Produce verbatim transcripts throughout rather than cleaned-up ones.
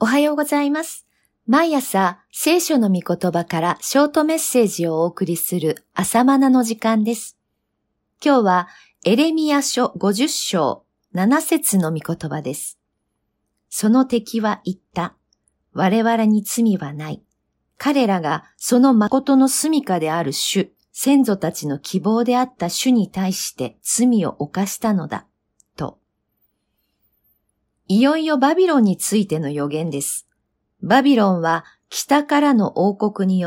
おはようございます。毎朝聖書の御言葉からショートメッセージをお送りする朝マナの時間です。今日はエレミヤ書ごじゅっ章なな節の御言葉です。その敵は言った。我々に罪はない。彼らがその誠の住処である主、先祖たちの希望であった主に対して罪を犯したのだ。と。いよいよバビロンについての予言です。バビロンは北からの王国によって、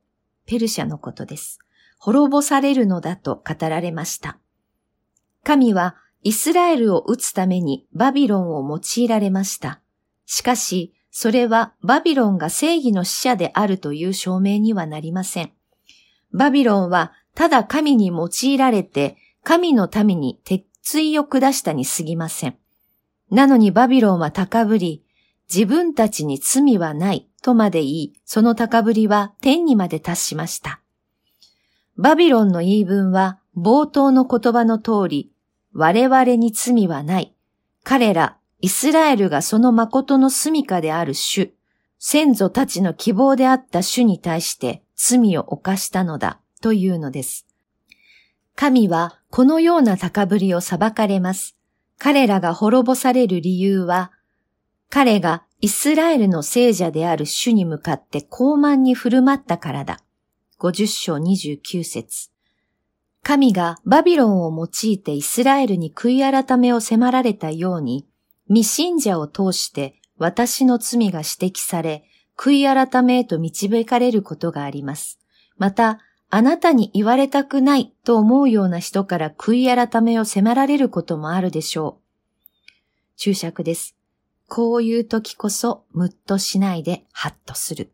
ペルシャのことです。滅ぼされるのだと語られました。神はイスラエルを討つためにバビロンを用いられました。しかし、それはバビロンが正義の使者であるという証明にはなりません。バビロンはただ神に用いられて、神のために鉄槌を下したに過ぎません。なのにバビロンは高ぶり、自分たちに罪はないとまで言い、その高ぶりは天にまで達しました。バビロンの言い分は冒頭の言葉の通り、我々に罪はない。彼ら、イスラエルがその誠の住処である主、先祖たちの希望であった主に対して罪を犯したのだというのです。神はこのような高ぶりを裁かれます。彼らが滅ぼされる理由は、彼がイスラエルの聖者である主に向かって傲慢に振る舞ったからだ。ごじゅっ章にじゅうきゅう節。神がバビロンを用いてイスラエルに悔い改めを迫られたように、未信者を通して私の罪が指摘され、悔い改めへと導かれることがあります。また、あなたに言われたくないと思うような人から悔い改めを迫られることもあるでしょう。注釈です。こういう時こそムッとしないでハッとする。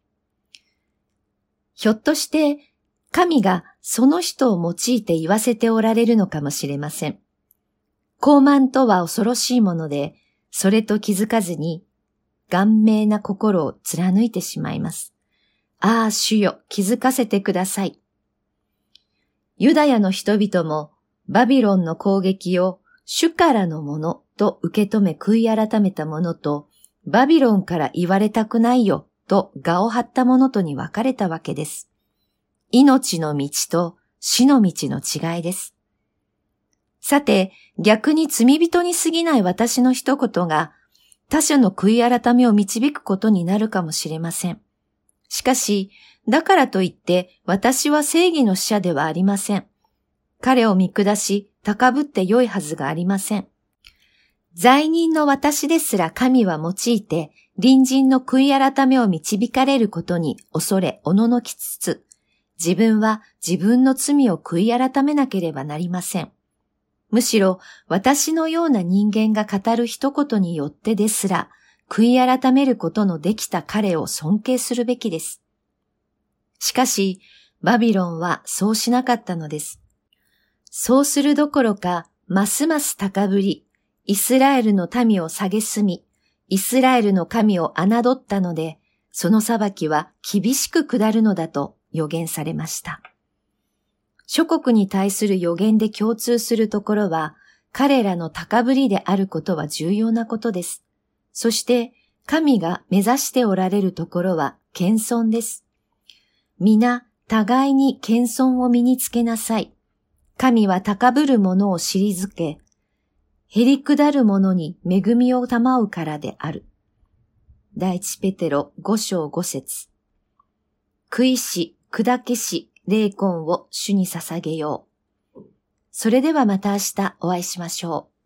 ひょっとして神がその人を用いて言わせておられるのかもしれません。傲慢とは恐ろしいもので、それと気づかずに顔面な心を貫いてしまいます。ああ、主よ、気づかせてください。ユダヤの人々もバビロンの攻撃を主からのものと受け止め悔い改めたものと、バビロンから言われたくないよと我を張ったものとに分かれたわけです。命の道と死の道の違いです。さて、逆に罪人に過ぎない私の一言が他者の悔い改めを導くことになるかもしれません。しかし、だからといって私は正義の使者ではありません。彼を見下し、高ぶって良いはずがありません。罪人の私ですら神は用いて、隣人の悔い改めを導かれることに恐れおののきつつ、自分は自分の罪を悔い改めなければなりません。むしろ私のような人間が語る一言によってですら、悔い改めることのできた彼を尊敬するべきです。しかし、バビロンはそうしなかったのです。そうするどころか、ますます高ぶり、イスラエルの民を蔑み、イスラエルの神を侮ったので、その裁きは厳しく下るのだと予言されました。諸国に対する予言で共通するところは、彼らの高ぶりであることは重要なことです。そして、神が目指しておられるところは謙遜です。皆、互いに謙遜を身につけなさい。神は高ぶる者を退け、へりくだる者に恵みを賜うからである。第一ペテロご章ご節。悔いし、砕けし、霊魂を主に捧げよう。それではまた明日お会いしましょう。